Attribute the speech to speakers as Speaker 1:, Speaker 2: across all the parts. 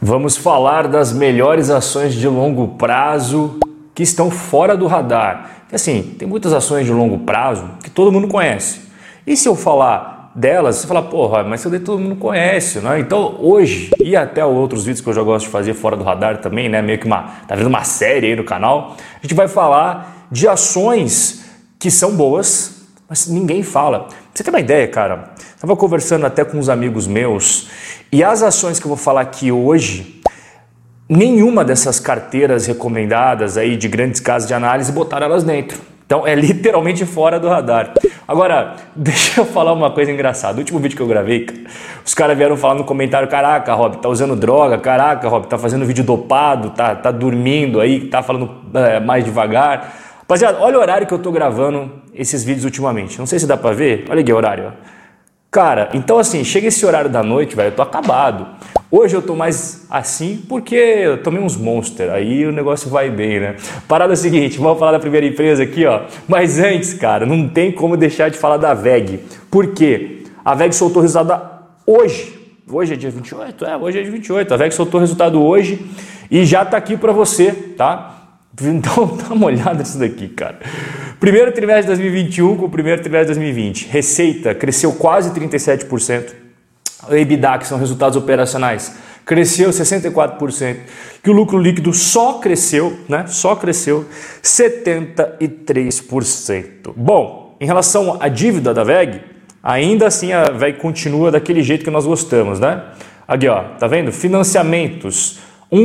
Speaker 1: Vamos falar das melhores ações de longo prazo que estão fora do radar. Assim, tem muitas ações de longo prazo que todo mundo conhece. E se eu falar delas, você fala, porra, mas todo mundo conhece, né? Então hoje, e até outros vídeos que eu já gosto de fazer fora do radar também, né? Meio que tá vendo uma série aí no canal, a gente vai falar de ações que são boas, mas ninguém fala. Pra você ter uma ideia, cara, estava conversando até com uns amigos meus, e as ações que eu vou falar aqui hoje, nenhuma dessas carteiras recomendadas aí de grandes casas de análise botaram elas dentro. Então é literalmente fora do radar. Agora, deixa eu falar uma coisa engraçada. O último vídeo que eu gravei, os caras vieram falar no comentário: caraca, Rob, tá usando droga, caraca, Rob, tá fazendo vídeo dopado, tá dormindo aí, tá falando mais devagar. Rapaziada, olha o horário que eu tô gravando esses vídeos ultimamente. Não sei se dá pra ver, olha aqui o horário, ó. Cara, então assim, chega esse horário da noite, velho, eu tô acabado. Hoje eu tô mais assim porque eu tomei uns Monster, aí o negócio vai bem, né? Parada é a seguinte, vamos falar da primeira empresa aqui, ó. Mas antes, cara, não tem como deixar de falar da VEG. Por quê? A VEG soltou o resultado hoje. Hoje é dia 28? Hoje é dia 28. A VEG soltou o resultado hoje e já tá aqui pra você, tá? Então dá uma olhada nisso daqui, cara. Primeiro trimestre de 2021 com o primeiro trimestre de 2020. Receita cresceu quase 37%. O EBITDA, que são resultados operacionais, cresceu 64%. Que o lucro líquido só cresceu, né? Só cresceu 73%. Bom, em relação à dívida da VEG, ainda assim a VEG continua daquele jeito que nós gostamos, né? Aqui, ó, tá vendo? Financiamentos.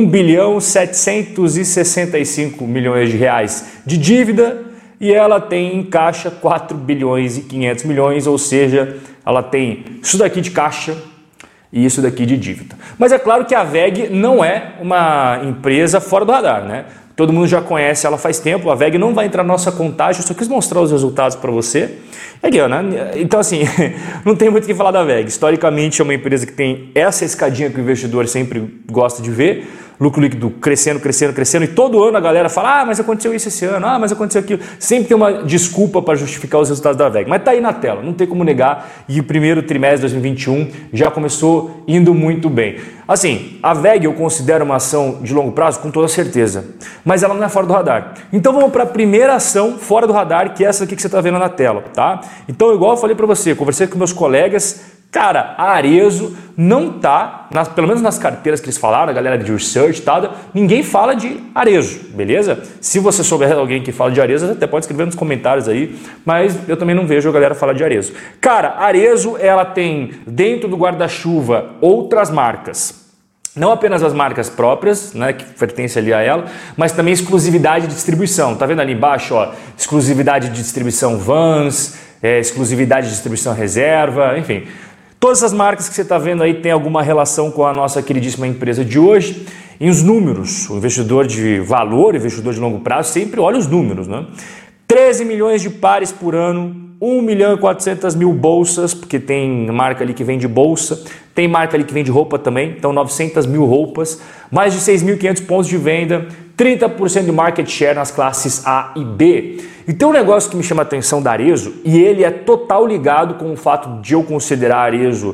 Speaker 1: 1.765 bilhões de reais de dívida e ela tem em caixa 4 bilhões e 500 milhões, ou seja, ela tem isso daqui de caixa e isso daqui de dívida. Mas é claro que a VEG não é uma empresa fora do radar, né? Todo mundo já conhece ela faz tempo, a VEG não vai entrar na nossa contagem, eu só quis mostrar os resultados para você. Aqui, ó, né? Então assim, não tem muito o que falar da VEG. Historicamente é uma empresa que tem essa escadinha que o investidor sempre gosta de ver, lucro líquido crescendo, crescendo, crescendo, e todo ano a galera fala, mas aconteceu isso esse ano, mas aconteceu aquilo. Sempre tem uma desculpa para justificar os resultados da VEG, mas tá aí na tela, não tem como negar, e o primeiro trimestre de 2021 já começou indo muito bem. Assim, a VEG eu considero uma ação de longo prazo com toda certeza, mas ela não é fora do radar. Então vamos para a primeira ação fora do radar, que é essa aqui que você está vendo na tela, tá? Então, igual eu falei para você, conversei com meus colegas, cara, a Arezzo não tá, pelo menos nas carteiras que eles falaram, a galera de research e tal, ninguém fala de Arezzo, beleza? Se você souber alguém que fala de Arezzo, até pode escrever nos comentários aí, mas eu também não vejo a galera falar de Arezzo. Cara, a Arezzo, ela tem dentro do guarda-chuva outras marcas. Não apenas as marcas próprias, né, que pertencem ali a ela, mas também exclusividade de distribuição. Tá vendo ali embaixo, ó, exclusividade de distribuição Vans, exclusividade de distribuição Reserva, enfim. Todas essas marcas que você está vendo aí tem alguma relação com a nossa queridíssima empresa de hoje. E os números, o investidor de valor, o investidor de longo prazo, sempre olha os números, né? 13 milhões de pares por ano, 1.400.000 bolsas, porque tem marca ali que vende bolsa, tem marca ali que vende roupa também, então 900.000 roupas, mais de 6.500 pontos de venda, 30% de market share nas classes A e B. E tem um negócio que me chama a atenção da Arezzo, e ele é total ligado com o fato de eu considerar a Arezzo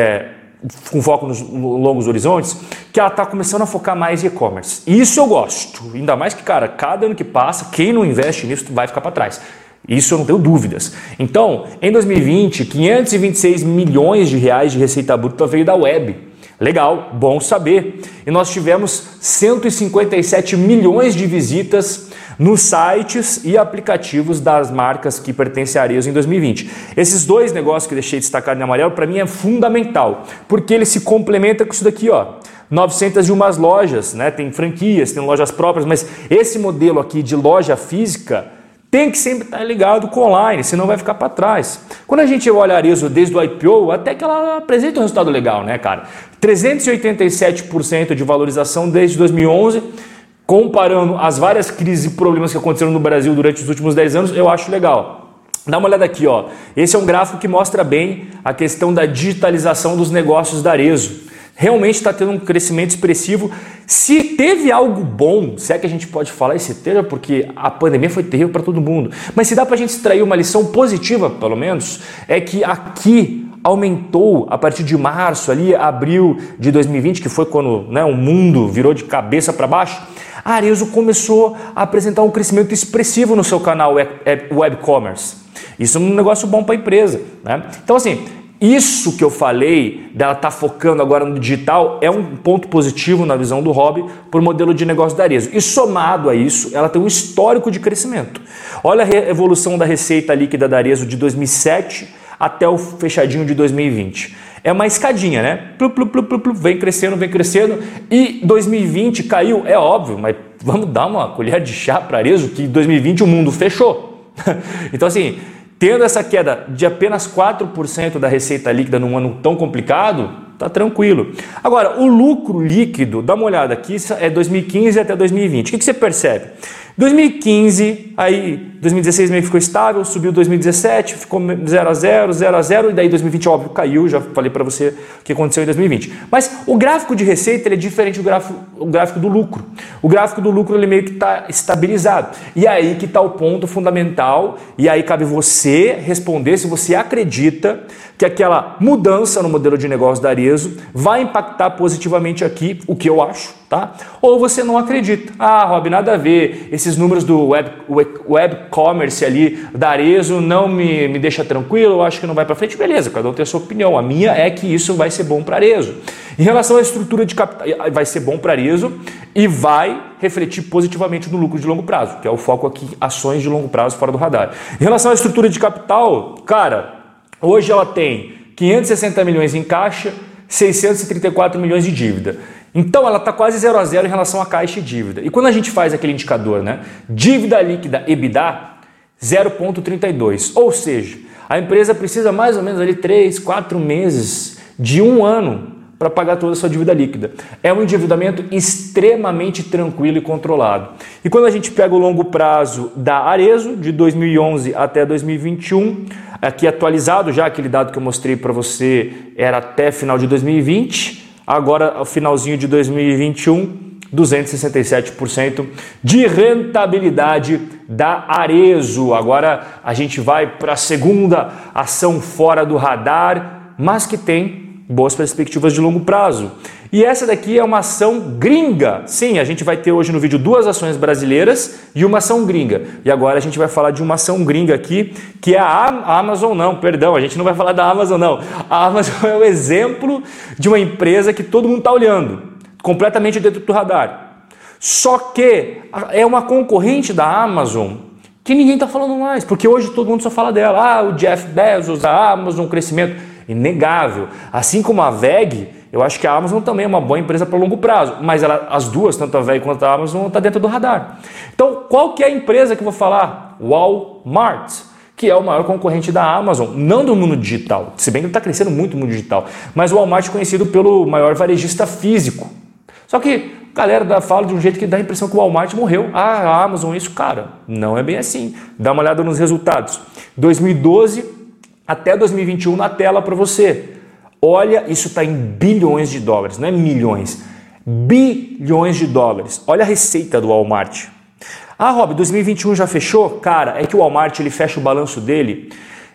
Speaker 1: com foco nos longos horizontes, que ela está começando a focar mais em e-commerce. E isso eu gosto, ainda mais que, cara, cada ano que passa, quem não investe nisso vai ficar para trás. Isso eu não tenho dúvidas. Então, em 2020, 526 milhões de reais de receita bruta veio da web. Legal, bom saber. E nós tivemos 157 milhões de visitas nos sites e aplicativos das marcas que pertencem à Arezzo em 2020. Esses dois negócios que eu deixei destacado em amarelo, para mim é fundamental, porque ele se complementa com isso daqui, ó. 901 lojas, né? Tem franquias, tem lojas próprias, mas esse modelo aqui de loja física tem que sempre estar ligado com online, senão vai ficar para trás. Quando a gente olha a Arezzo desde o IPO, até que ela apresenta um resultado legal, né, cara? 387% de valorização desde 2011, comparando as várias crises e problemas que aconteceram no Brasil durante os últimos 10 anos, eu acho legal. Dá uma olhada aqui, ó. Esse é um gráfico que mostra bem a questão da digitalização dos negócios da Arezzo. Realmente está tendo um crescimento expressivo. Se teve algo bom, se é que a gente pode falar esse termo, porque a pandemia foi terrível para todo mundo, mas se dá para a gente extrair uma lição positiva, pelo menos, é que aqui aumentou a partir de março, ali, abril de 2020, que foi quando, né, o mundo virou de cabeça para baixo, a Arezzo começou a apresentar um crescimento expressivo no seu canal web commerce. Isso é um negócio bom para a empresa, né? Então, assim, isso que eu falei dela estar focando agora no digital é um ponto positivo na visão do Rob para o modelo de negócio da Arezzo. E somado a isso, ela tem um histórico de crescimento. Olha a evolução da receita líquida da Arezzo de 2007 até o fechadinho de 2020. É uma escadinha, né? Vem crescendo. E 2020 caiu, é óbvio, mas vamos dar uma colher de chá para a Arezzo que em 2020 o mundo fechou. Então, assim, tendo essa queda de apenas 4% da receita líquida num ano tão complicado, tá tranquilo. Agora, o lucro líquido, dá uma olhada aqui, é 2015 até 2020. O que você percebe? 2015, aí 2016 meio que ficou estável, subiu 2017, ficou 0 a 0, e daí 2020, óbvio, caiu, já falei para você o que aconteceu em 2020. Mas o gráfico de receita ele é diferente do gráfico do lucro. O gráfico do lucro ele meio que está estabilizado. E aí que está o ponto fundamental, e aí cabe você responder se você acredita que aquela mudança no modelo de negócio da Arezzo vai impactar positivamente aqui, o que eu acho, tá? Ou você não acredita. Ah, Rob, nada a ver, esses números do web commerce ali da Arezzo não me deixa tranquilo, eu acho que não vai para frente. Beleza, cada um tem a sua opinião. A minha é que isso vai ser bom para a Arezzo. Em relação à estrutura de capital, vai ser bom para a Arezzo e vai refletir positivamente no lucro de longo prazo, que é o foco aqui, ações de longo prazo fora do radar. Em relação à estrutura de capital, cara, hoje ela tem 560 milhões em caixa, 634 milhões de dívida. Então ela está quase 0 a 0 em relação a caixa e dívida. E quando a gente faz aquele indicador, né? Dívida líquida EBITDA, 0,32. Ou seja, a empresa precisa mais ou menos ali 3, 4 meses de um ano para pagar toda a sua dívida líquida. É um endividamento extremamente tranquilo e controlado. E quando a gente pega o longo prazo da Arezzo, de 2011 até 2021, aqui atualizado já, aquele dado que eu mostrei para você era até final de 2020, agora ao finalzinho de 2021, 267% de rentabilidade da Arezzo. Agora a gente vai para a segunda ação fora do radar, mas que tem boas perspectivas de longo prazo. E essa daqui é uma ação gringa. Sim, a gente vai ter hoje no vídeo 2 ações brasileiras e uma ação gringa. E agora a gente vai falar de uma ação gringa aqui, que é a Amazon. Não, perdão, a gente não vai falar da Amazon não. A Amazon é o exemplo de uma empresa que todo mundo está olhando, completamente dentro do radar. Só que é uma concorrente da Amazon que ninguém está falando mais, porque hoje todo mundo só fala dela. Ah, o Jeff Bezos, a Amazon, crescimento inegável. Assim como a VEG, eu acho que a Amazon também é uma boa empresa para longo prazo, mas as duas, tanto a VEG quanto a Amazon, está dentro do radar. Então, qual que é a empresa que eu vou falar? Walmart, que é o maior concorrente da Amazon, não do mundo digital, se bem que ele está crescendo muito no mundo digital, mas o Walmart é conhecido pelo maior varejista físico. Só que a galera fala de um jeito que dá a impressão que o Walmart morreu. Ah, a Amazon, isso, cara, não é bem assim. Dá uma olhada nos resultados. 2012 até 2021 na tela para você. Olha, isso está em bilhões de dólares, não é milhões. Bilhões de dólares. Olha a receita do Walmart. Ah, Rob, 2021 já fechou? Cara, é que o Walmart ele fecha o balanço dele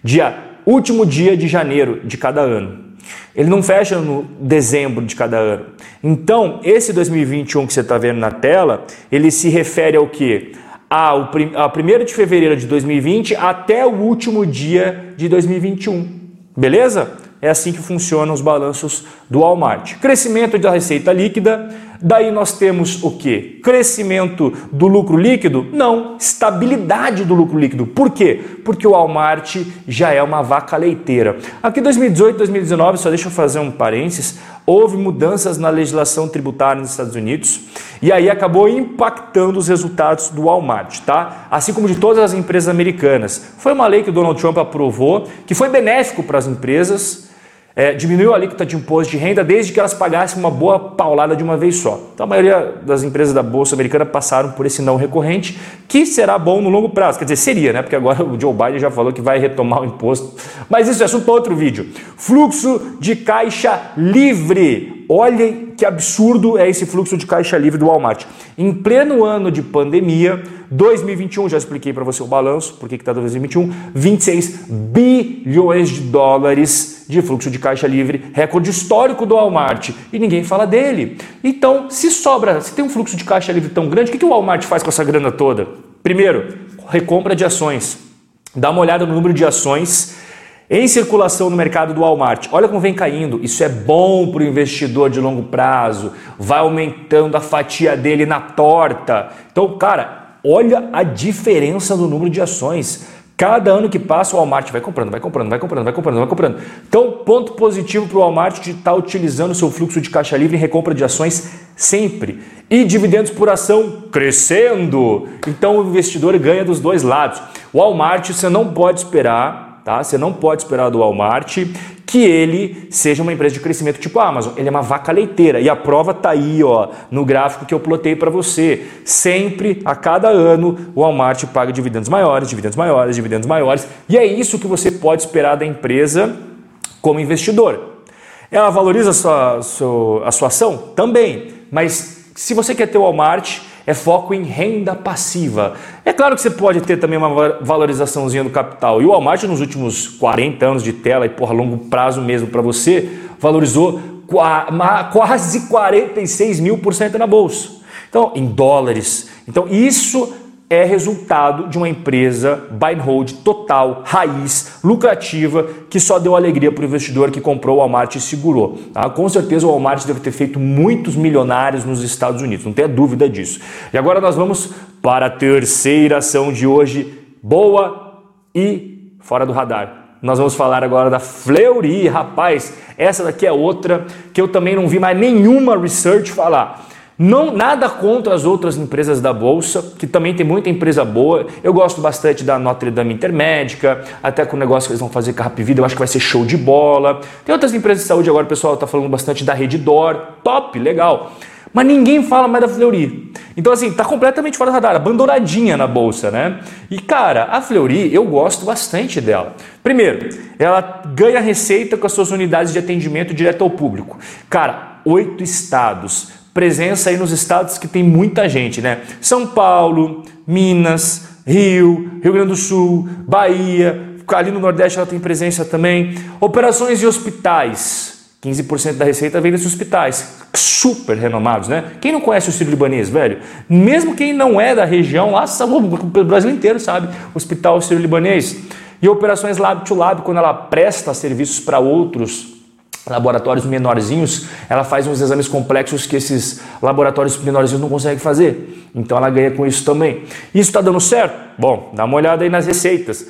Speaker 1: último dia de janeiro de cada ano. Ele não fecha no dezembro de cada ano. Então, esse 2021 que você está vendo na tela, ele se refere ao quê? A 1º de fevereiro de 2020 até o último dia de 2021. Beleza? É assim que funcionam os balanços do Walmart. Crescimento da receita líquida, daí nós temos o quê? Crescimento do lucro líquido? Não, estabilidade do lucro líquido. Por quê? Porque o Walmart já é uma vaca leiteira. Aqui 2018, 2019, só deixa eu fazer um parênteses, houve mudanças na legislação tributária nos Estados Unidos e aí acabou impactando os resultados do Walmart, tá? Assim como de todas as empresas americanas. Foi uma lei que o Donald Trump aprovou, que foi benéfico para as empresas, diminuiu a alíquota de imposto de renda desde que elas pagassem uma boa paulada de uma vez só. Então a maioria das empresas da Bolsa Americana passaram por esse não recorrente, que será bom no longo prazo. Quer dizer, seria, né? Porque agora o Joe Biden já falou que vai retomar o imposto. Mas isso é assunto para outro vídeo. Fluxo de caixa livre. olha que absurdo é esse fluxo de caixa livre do Walmart. Em pleno ano de pandemia, 2021, já expliquei para você o balanço, por que está 2021, 26 bilhões de dólares de fluxo de caixa livre, recorde histórico do Walmart, e ninguém fala dele. Então, se tem um fluxo de caixa livre tão grande, o que o Walmart faz com essa grana toda? Primeiro, recompra de ações. Dá uma olhada no número de ações em circulação no mercado do Walmart. Olha como vem caindo. Isso é bom para o investidor de longo prazo. Vai aumentando a fatia dele na torta. Então, cara, olha a diferença no número de ações. Cada ano que passa, o Walmart vai comprando. Então, ponto positivo para o Walmart de estar utilizando o seu fluxo de caixa livre em recompra de ações sempre. E dividendos por ação crescendo. Então, o investidor ganha dos dois lados. O Walmart, você não pode esperar... Tá? Você não pode esperar do Walmart que ele seja uma empresa de crescimento tipo a Amazon. Ele é uma vaca leiteira e a prova está aí, ó, no gráfico que eu plotei para você. Sempre, a cada ano, o Walmart paga dividendos maiores e é isso que você pode esperar da empresa como investidor. Ela valoriza a sua ação? Também, mas se você quer ter o Walmart... é foco em renda passiva. É claro que você pode ter também uma valorizaçãozinha do capital. E o Walmart nos últimos 40 anos de tela, e longo prazo mesmo para você, valorizou quase 46.000% na bolsa. Então, em dólares. Então, isso é resultado de uma empresa buy and hold total, raiz, lucrativa, que só deu alegria para o investidor que comprou o Walmart e segurou. Tá? Com certeza o Walmart deve ter feito muitos milionários nos Estados Unidos, não tenha dúvida disso. E agora nós vamos para a terceira ação de hoje, boa e fora do radar. Nós vamos falar agora da Fleury, rapaz, essa daqui é outra que eu também não vi mais nenhuma research falar. Não, nada contra as outras empresas da Bolsa, que também tem muita empresa boa. Eu gosto bastante da Notre Dame Intermédica, até com o negócio que eles vão fazer com a Hapvida, eu acho que vai ser show de bola. Tem outras empresas de saúde agora, o pessoal está falando bastante da Redditor, top, legal. Mas ninguém fala mais da Fleury. Então assim, tá completamente fora do radar, abandonadinha na Bolsa, né? E cara, a Fleury, eu gosto bastante dela. Primeiro, ela ganha receita com as suas unidades de atendimento direto ao público. Cara, 8 estados. Presença aí nos estados que tem muita gente, né? São Paulo, Minas, Rio Grande do Sul, Bahia, ali no Nordeste ela tem presença também. Operações em hospitais, 15% da receita vem desses hospitais, super renomados, né? Quem não conhece o Sírio-Libanês, velho? Mesmo quem não é da região, lá, o Brasil inteiro sabe, Hospital Sírio-Libanês. E operações lab to lab, quando ela presta serviços para outros laboratórios menorzinhos, ela faz uns exames complexos que esses laboratórios menorzinhos não conseguem fazer. Então ela ganha com isso também. Isso está dando certo? Bom, dá uma olhada aí nas receitas.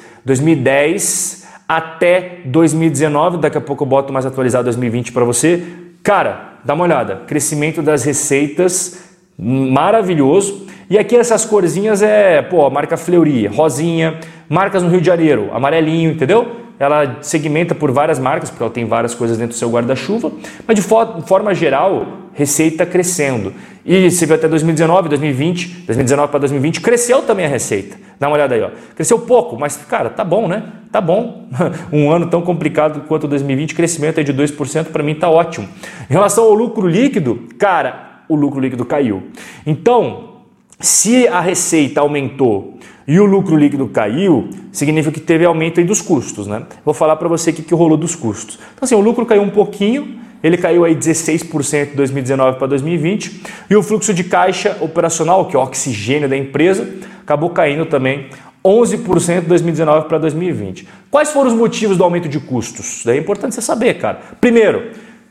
Speaker 1: 2010 até 2019, daqui a pouco eu boto mais atualizado 2020 para você. Cara, dá uma olhada. Crescimento das receitas maravilhoso. E aqui essas corzinhas a marca Fleury, rosinha, marcas no Rio de Janeiro, amarelinho, entendeu? Ela segmenta por várias marcas, porque ela tem várias coisas dentro do seu guarda-chuva, mas de forma geral, receita crescendo. E você viu até 2019 para 2020, cresceu também a receita. Dá uma olhada aí, ó. Cresceu pouco, mas, cara, tá bom, né? Tá bom. Um ano tão complicado quanto 2020, crescimento aí de 2%, para mim tá ótimo. Em relação ao lucro líquido, cara, o lucro líquido caiu. Então, se a receita aumentou e o lucro líquido caiu, significa que teve aumento aí dos custos, né? Vou falar para você o que rolou dos custos. Então assim, o lucro caiu um pouquinho, ele caiu aí 16% de 2019 para 2020 e o fluxo de caixa operacional, que é o oxigênio da empresa, acabou caindo também 11% de 2019 para 2020. Quais foram os motivos do aumento de custos? Isso daí é importante você saber, cara. Primeiro,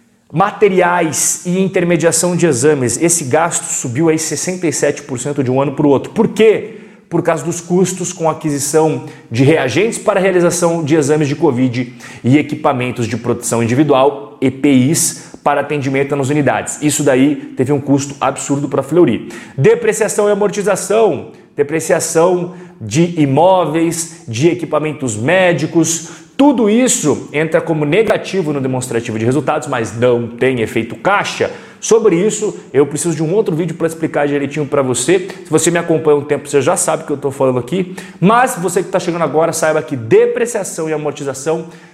Speaker 1: materiais e intermediação de exames. Esse gasto subiu aí 67% de um ano para o outro. Por quê? Por causa dos custos com aquisição de reagentes para a realização de exames de Covid e equipamentos de proteção individual, EPIs, para atendimento nas unidades. Isso daí teve um custo absurdo para a Fleury. Depreciação e amortização, depreciação de imóveis, de equipamentos médicos, tudo isso entra como negativo no demonstrativo de resultados, mas não tem efeito caixa. Sobre isso, eu preciso de um outro vídeo para explicar direitinho para você. Se você me acompanha há um tempo, você já sabe o que eu estou falando aqui. Mas você que está chegando agora, saiba que depreciação e amortização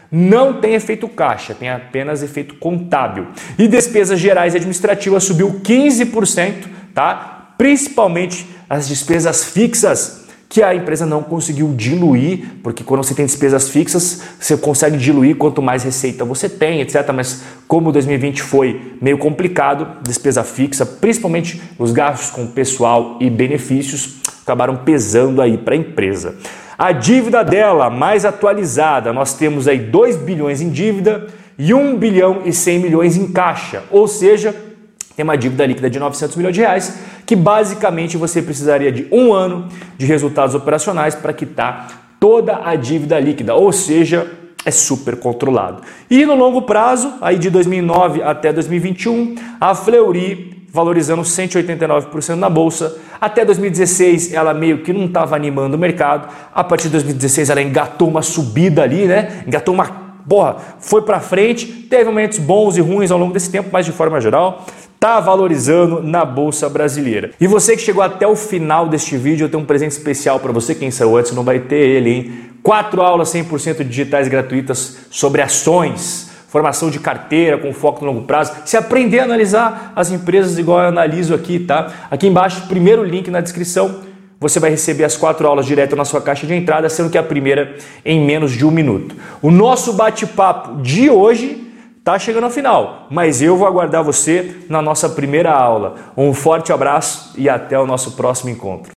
Speaker 1: não tem efeito caixa, tem apenas efeito contábil. E despesas gerais e administrativas subiu 15%, tá? Principalmente as despesas fixas, que a empresa não conseguiu diluir, porque quando você tem despesas fixas, você consegue diluir quanto mais receita você tem, etc. Mas como 2020 foi meio complicado, despesa fixa, principalmente os gastos com pessoal e benefícios, acabaram pesando aí para a empresa. A dívida dela, mais atualizada, nós temos aí 2 bilhões em dívida e 1 bilhão e 100 milhões em caixa, ou seja, tem uma dívida líquida de 900 milhões de reais, que basicamente você precisaria de 1 ano de resultados operacionais para quitar toda a dívida líquida, ou seja, é super controlado. E no longo prazo, aí de 2009 até 2021, a Fleury valorizando 189% na bolsa. Até 2016 ela meio que não estava animando o mercado. A partir de 2016 ela engatou uma subida ali, né? Engatou uma... foi para frente, teve momentos bons e ruins ao longo desse tempo, mas de forma geral está valorizando na Bolsa Brasileira. E você que chegou até o final deste vídeo, eu tenho um presente especial para você. Quem saiu antes não vai ter ele, hein? 4 aulas 100% digitais gratuitas sobre ações, formação de carteira com foco no longo prazo. Se aprender a analisar as empresas igual eu analiso aqui, tá? Aqui embaixo, primeiro link na descrição, você vai receber as 4 aulas direto na sua caixa de entrada, sendo que a primeira em menos de 1 minuto. O nosso bate-papo de hoje está chegando ao final, mas eu vou aguardar você na nossa primeira aula. Um forte abraço e até o nosso próximo encontro.